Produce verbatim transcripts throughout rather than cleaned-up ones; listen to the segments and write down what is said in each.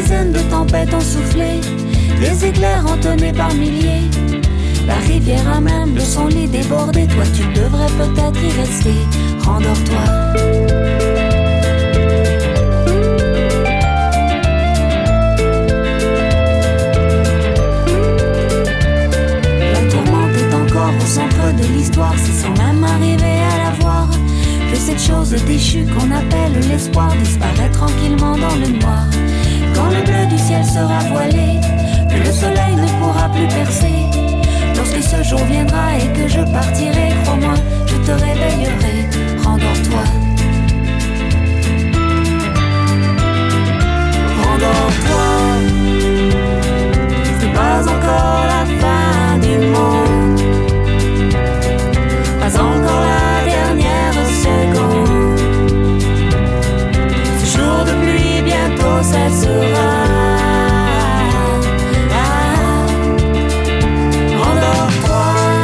dizaines de tempêtes ont soufflé, des éclairs entonnés par milliers. La rivière a même de son lit débordé. Toi tu devrais peut-être y rester. Rendors-toi. Au centre de l'histoire, c'est sans même arriver à la voir que cette chose déchue qu'on appelle l'espoir disparaît tranquillement dans le noir. Quand le bleu du ciel sera voilé, que le soleil ne pourra plus percer, lorsque ce jour viendra et que je partirai, crois-moi, je te réveillerai. Rendors-toi. Rendors-toi. C'est pas encore la fin du monde. Pas encore la dernière seconde. Ce jour de pluie bientôt cessera. Ah, rendors-toi.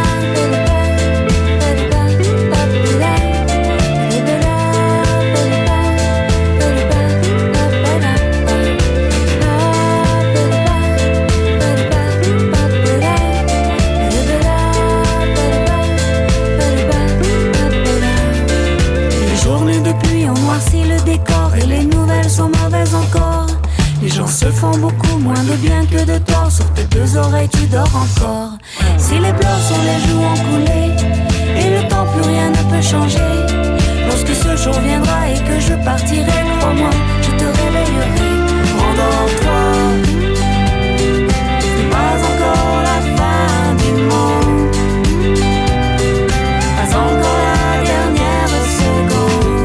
Encore. Les gens se font beaucoup moins de bien que de tort. Sur tes deux oreilles tu dors encore. Si les pleurs sur les joues ont coulé et le temps plus rien ne peut changer, lorsque ce jour viendra et que je partirai, crois-moi, je te réveillerai. Rendors-toi. C'est pas encore la fin du monde. Pas encore la dernière seconde.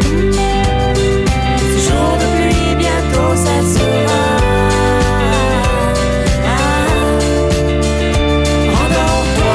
Ça sera. Ah, rendors-toi.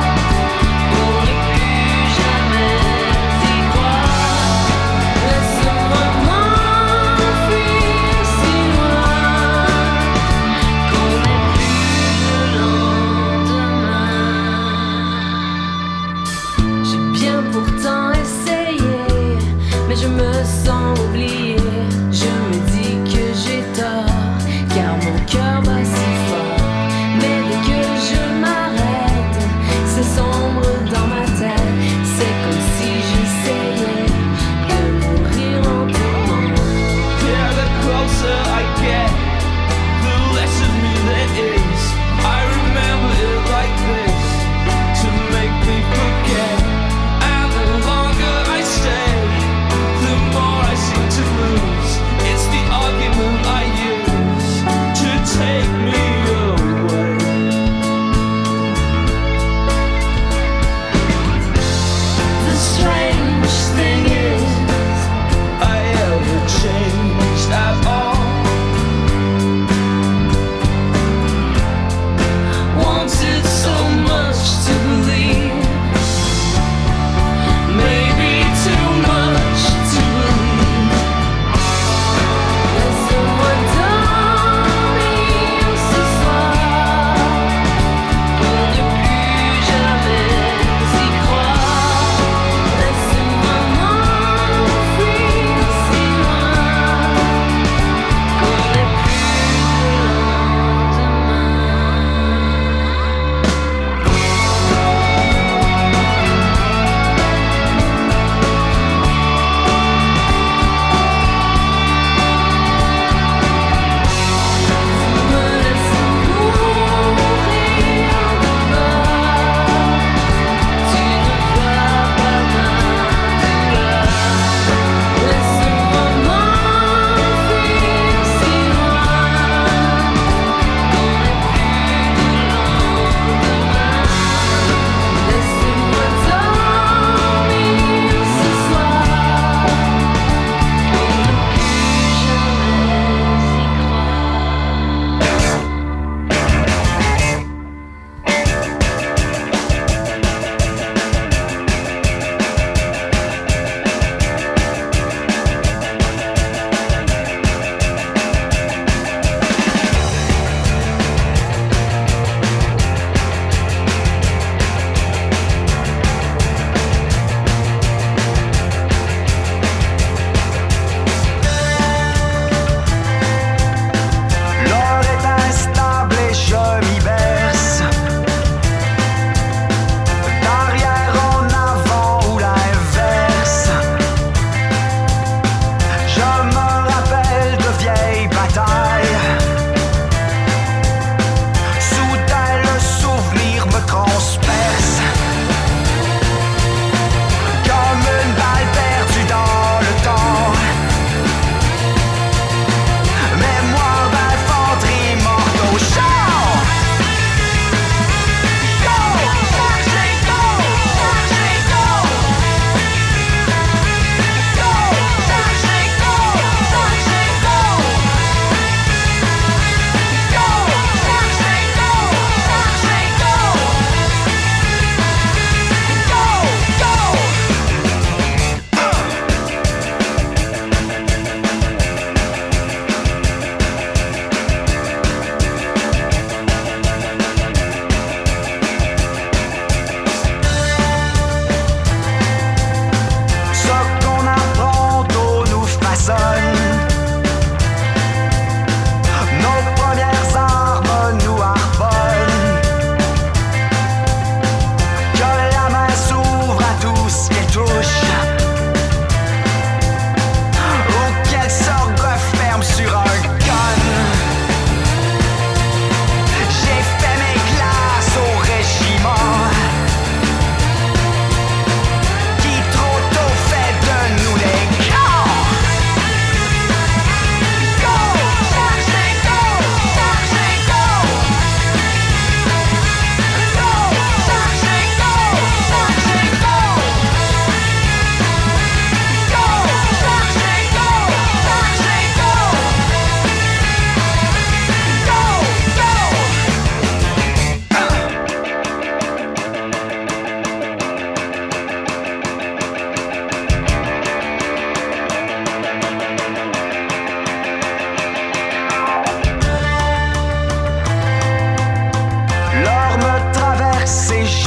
Listen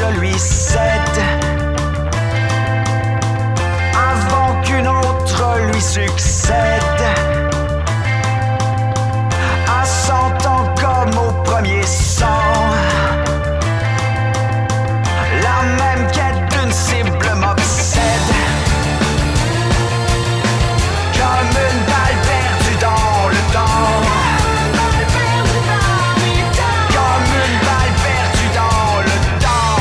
autre lui cède, avant qu'une autre lui succède. À cent ans comme au premier sang, la même quête d'une cible m'obsède, comme une balle perdue dans le temps. Comme une balle perdue dans le temps.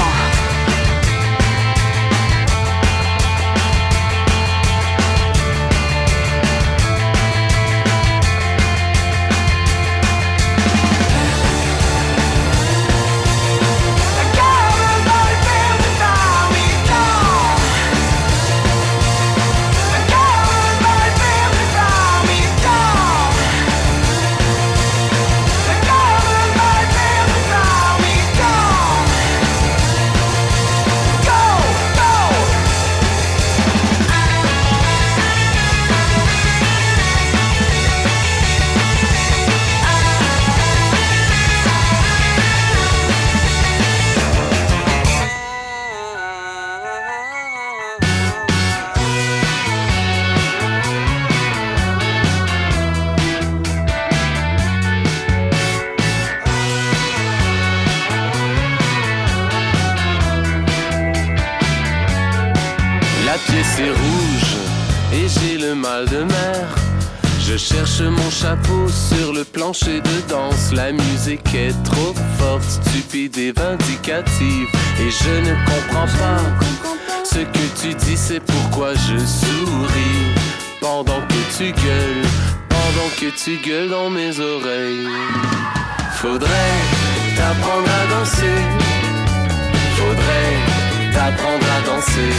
C'est rouge et j'ai le mal de mer. Je cherche mon chapeau sur le plancher de danse. La musique est trop forte, stupide et vindicative, et je ne comprends pas ce que tu dis, c'est pourquoi je souris pendant que tu gueules, pendant que tu gueules dans mes oreilles. Faudrait t'apprendre à danser, faudrait t'apprendre à danser.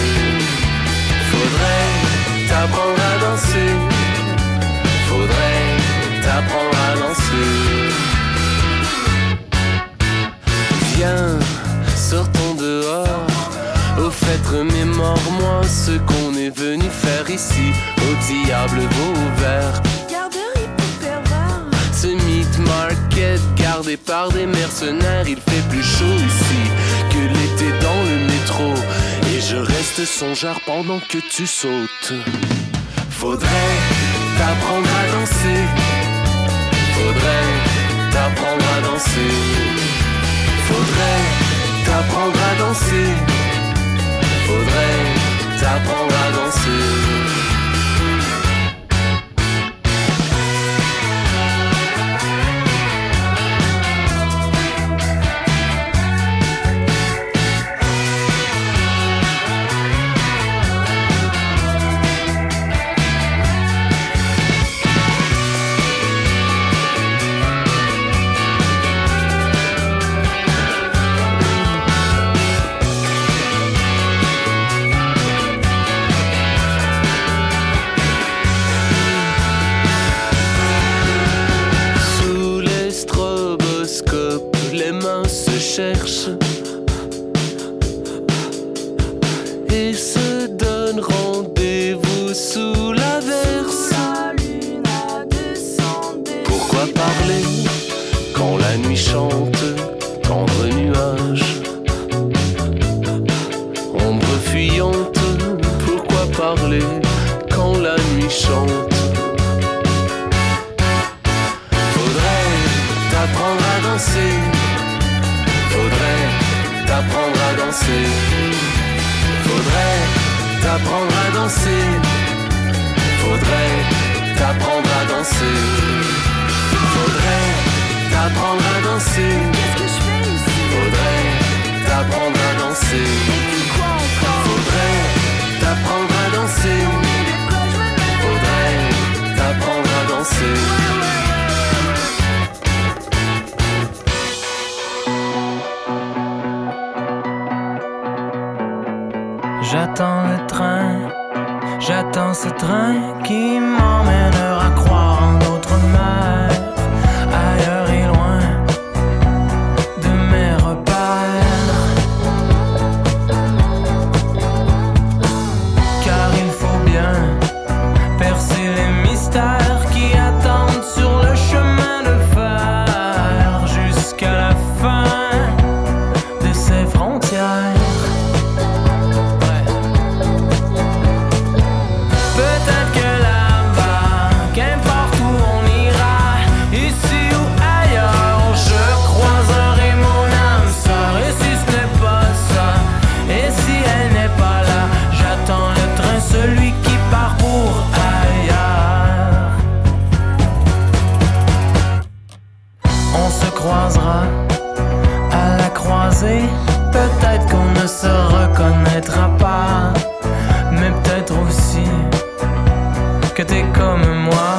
Faudrait t'apprendre à danser, faudrait t'apprendre à danser. Viens, sortons dehors. Au fait, remémore-moi ce qu'on est venu faire ici. Au diable vos verres. Garderie pour pervers. Ce meat market gardé par des mercenaires. Il fait plus chaud ici que l'été dans le métro, et je reste songeur pendant que tu sautes. Faudrait t'apprendre à danser, faudrait t'apprendre à danser, faudrait t'apprendre à danser, faudrait t'apprendre à danser. Cherche et se donne rendez-vous sous l'averse. Pourquoi parler quand la nuit chante, tendre nuage, ombre fuyante? Pourquoi parler quand la nuit chante? Faudrait t'apprendre à danser, faudrait t'apprendre à danser, faudrait t'apprendre à danser, faudrait t'apprendre à danser, faudrait t'apprendre à danser, Qu'est-ce que je fais ici? faudrait t'apprendre à danser, faudrait t'apprendre à danser, faudrait t'apprendre à danser. J'attends le train, j'attends ce train qui m'emmènera croire en d'autres mers, ailleurs et loin de mes repères. Car il faut bien percer les mystères qui attendent sur le chemin de fer jusqu'à la fin de ces frontières. croisera à la croisée. Peut-être qu'on ne se reconnaîtra pas, mais peut-être aussi que t'es comme moi.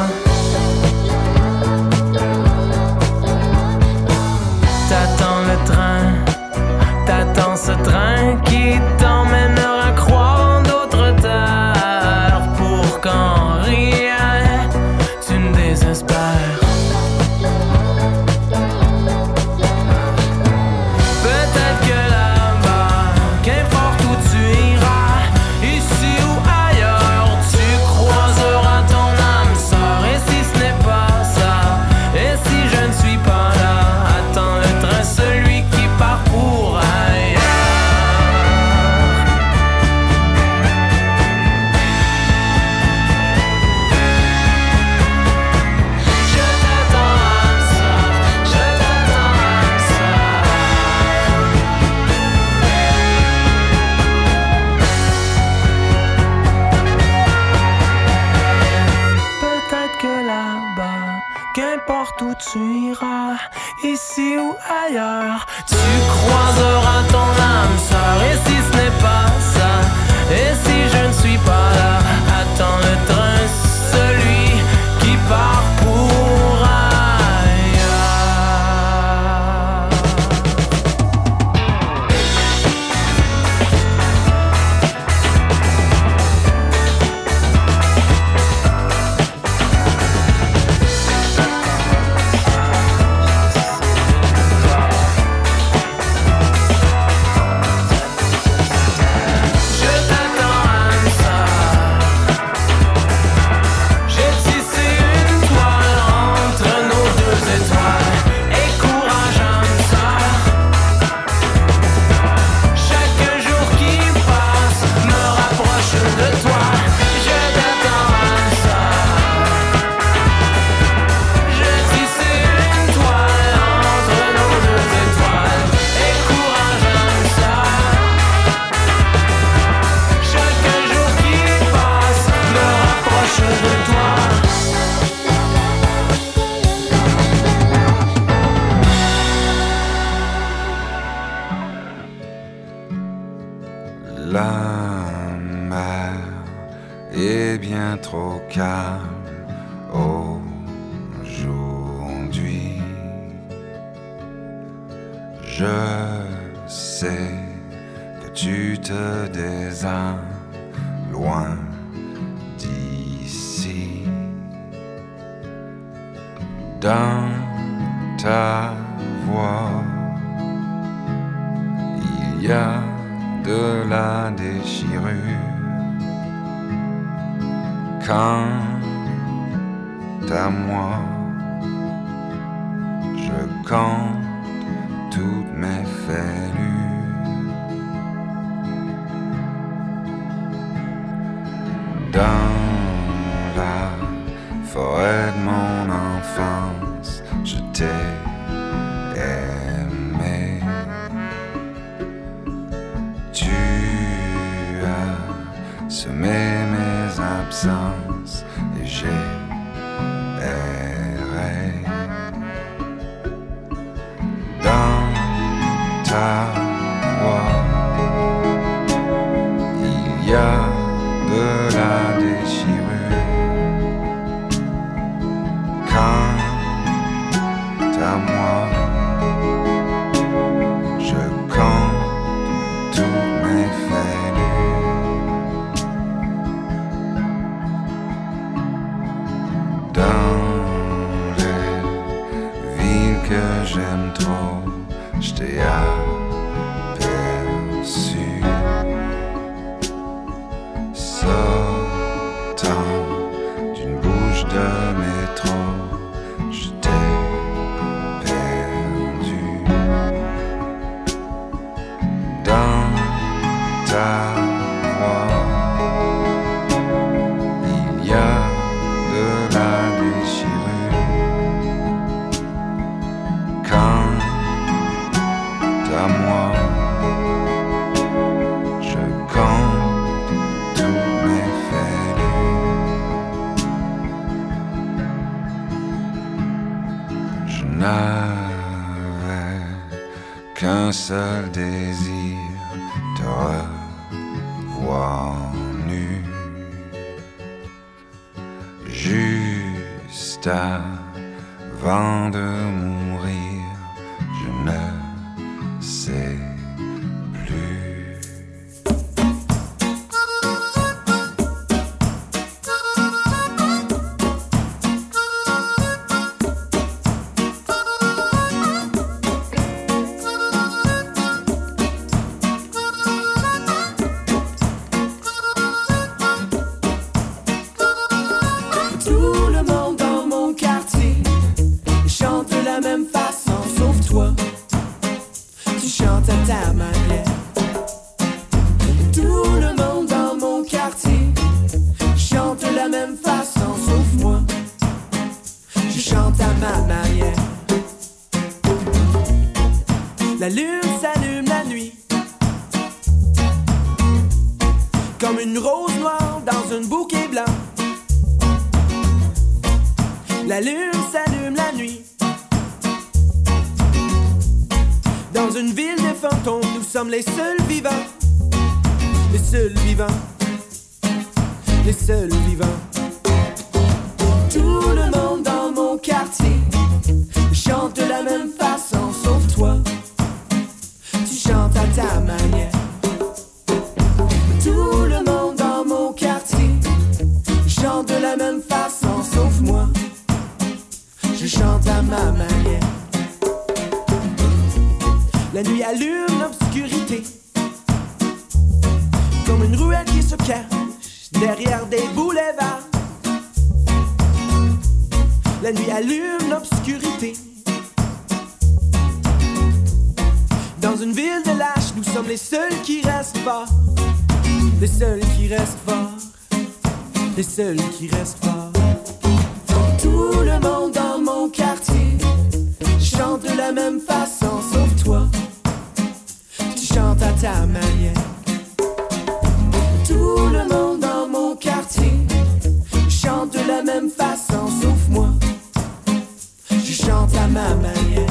T'attends le train, t'attends ce train qui t'emmènera croire d'autres terres pour qu'en rien tu ne désespères. Peut-être que là-bas, qu'importe où tu iras, ici ou ailleurs, tu croiseras ton âme sœur. Et si ce n'est pas ça, et si je ne suis pas là, attends le train, celui qui part pour ailleurs. Je t'attends âme sœur, je t'attends âme sœur. Peut-être que là-bas, qu'importe où tu iras, ici ou ailleurs, tu croiseras ton âme sœur. Et si ce n'est pas ça, et si je ne suis pas là, attends le train, celui qui part pour ailleurs. Je t'attends âme sœur. J'ai tissé une toile entre nos deux étoiles. Et courage âme sœur. Chaque jour qui passe me rapproche de toi. Je t'attends âme sœur. J'ai tissé une toile entre nos deux étoiles. Et courage âme sœur. Chaque jour qui passe me rapproche de toi. La mer est bien trop calme aujourd'hui. Je sais que tu te désignes loin d'ici. Dans ta voix, il y a de la déchirure. Quant à moi, je compte toutes mes fêlures. Dans la forêt de mon enfance, je t'ai aimé. Tu as semé mes absences et j'ai erré. Dans ta voix, il y a de la déchirure. Quant à moi, je compte toutes mes fêlures. Dans les villes que j'aime trop, je t'ai aperçu. Sortant d'une bouche de métro, je t'ai perdu. Dans ta voix, il y a de la déchirure. Quant à moi, je compte tous mes fêlures. Je n'arrive qu'un seul désir, te revoir nu. Juste avant de mourir, je ne sais plus. Les seuls vivants, les seuls vivants, les seuls vivants. Tout le monde dans mon quartier chante de la même façon, sauf toi. Tu chantes à ta manière. Tout le monde dans mon quartier chante de la même façon, sauf moi. Je chante à ma manière. La nuit allume l'obscurité, comme une ruelle qui se cache derrière des boulevards. La nuit allume l'obscurité. Dans une ville de lâches, nous sommes les seuls qui restent forts. Les seuls qui restent forts. Les seuls qui restent forts. Tout le monde dans mon quartier chante de la même façon, sauf toi. Tu chantes à ta manière. Tout le monde dans mon quartier chante de la même façon, sauf moi. Je chante à ma manière.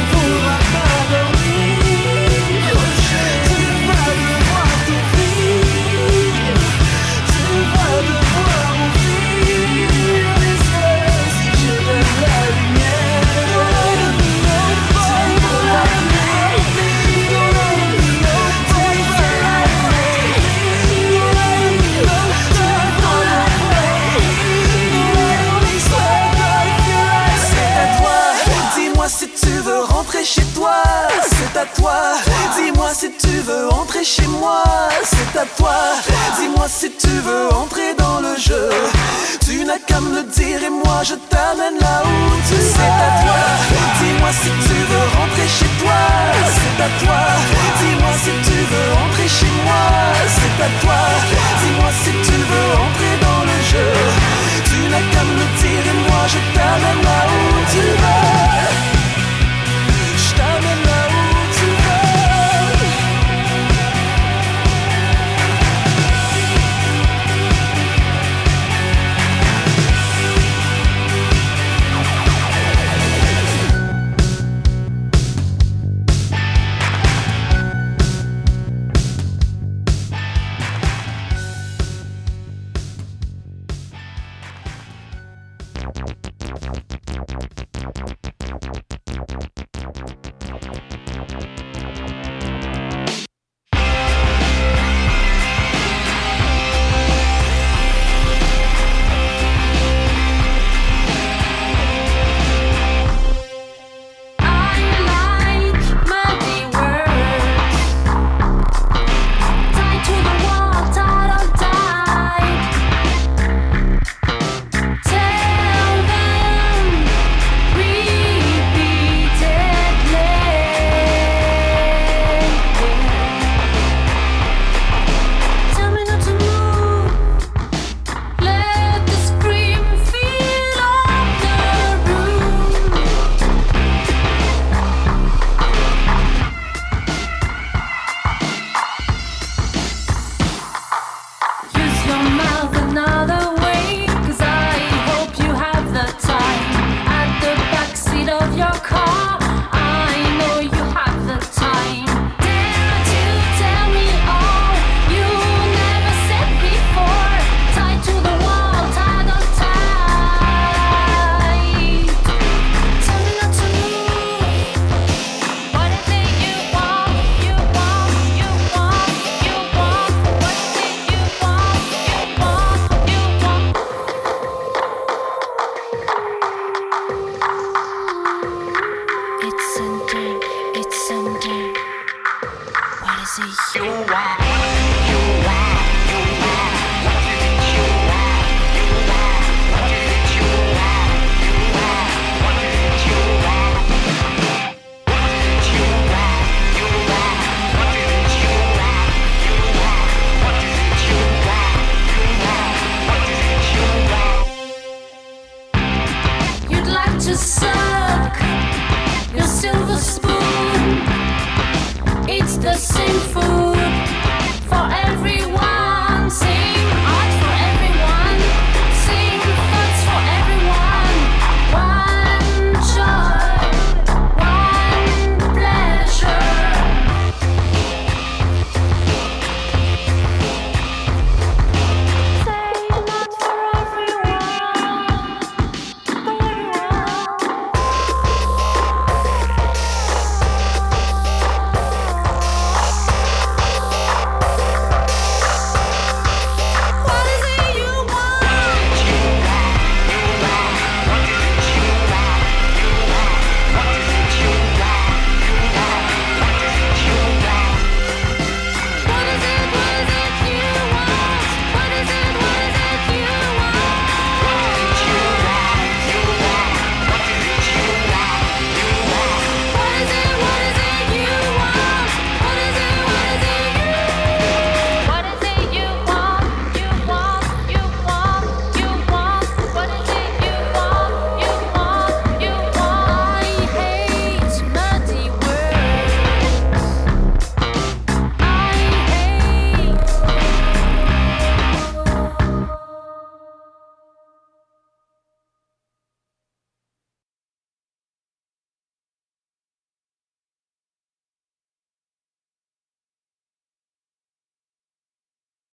Free. si tu veux entrer dans le jeu. Tu n'as qu'à me le dire et moi je t'amène là où tu es. C'est à toi, dis-moi si tu veux rentrer chez toi. C'est à toi, dis-moi si tu veux entrer chez moi. C'est à toi, dis-moi si tu veux entrer dans le jeu. Tu n'as qu'à me le dire et moi je t'amène là où tu vas.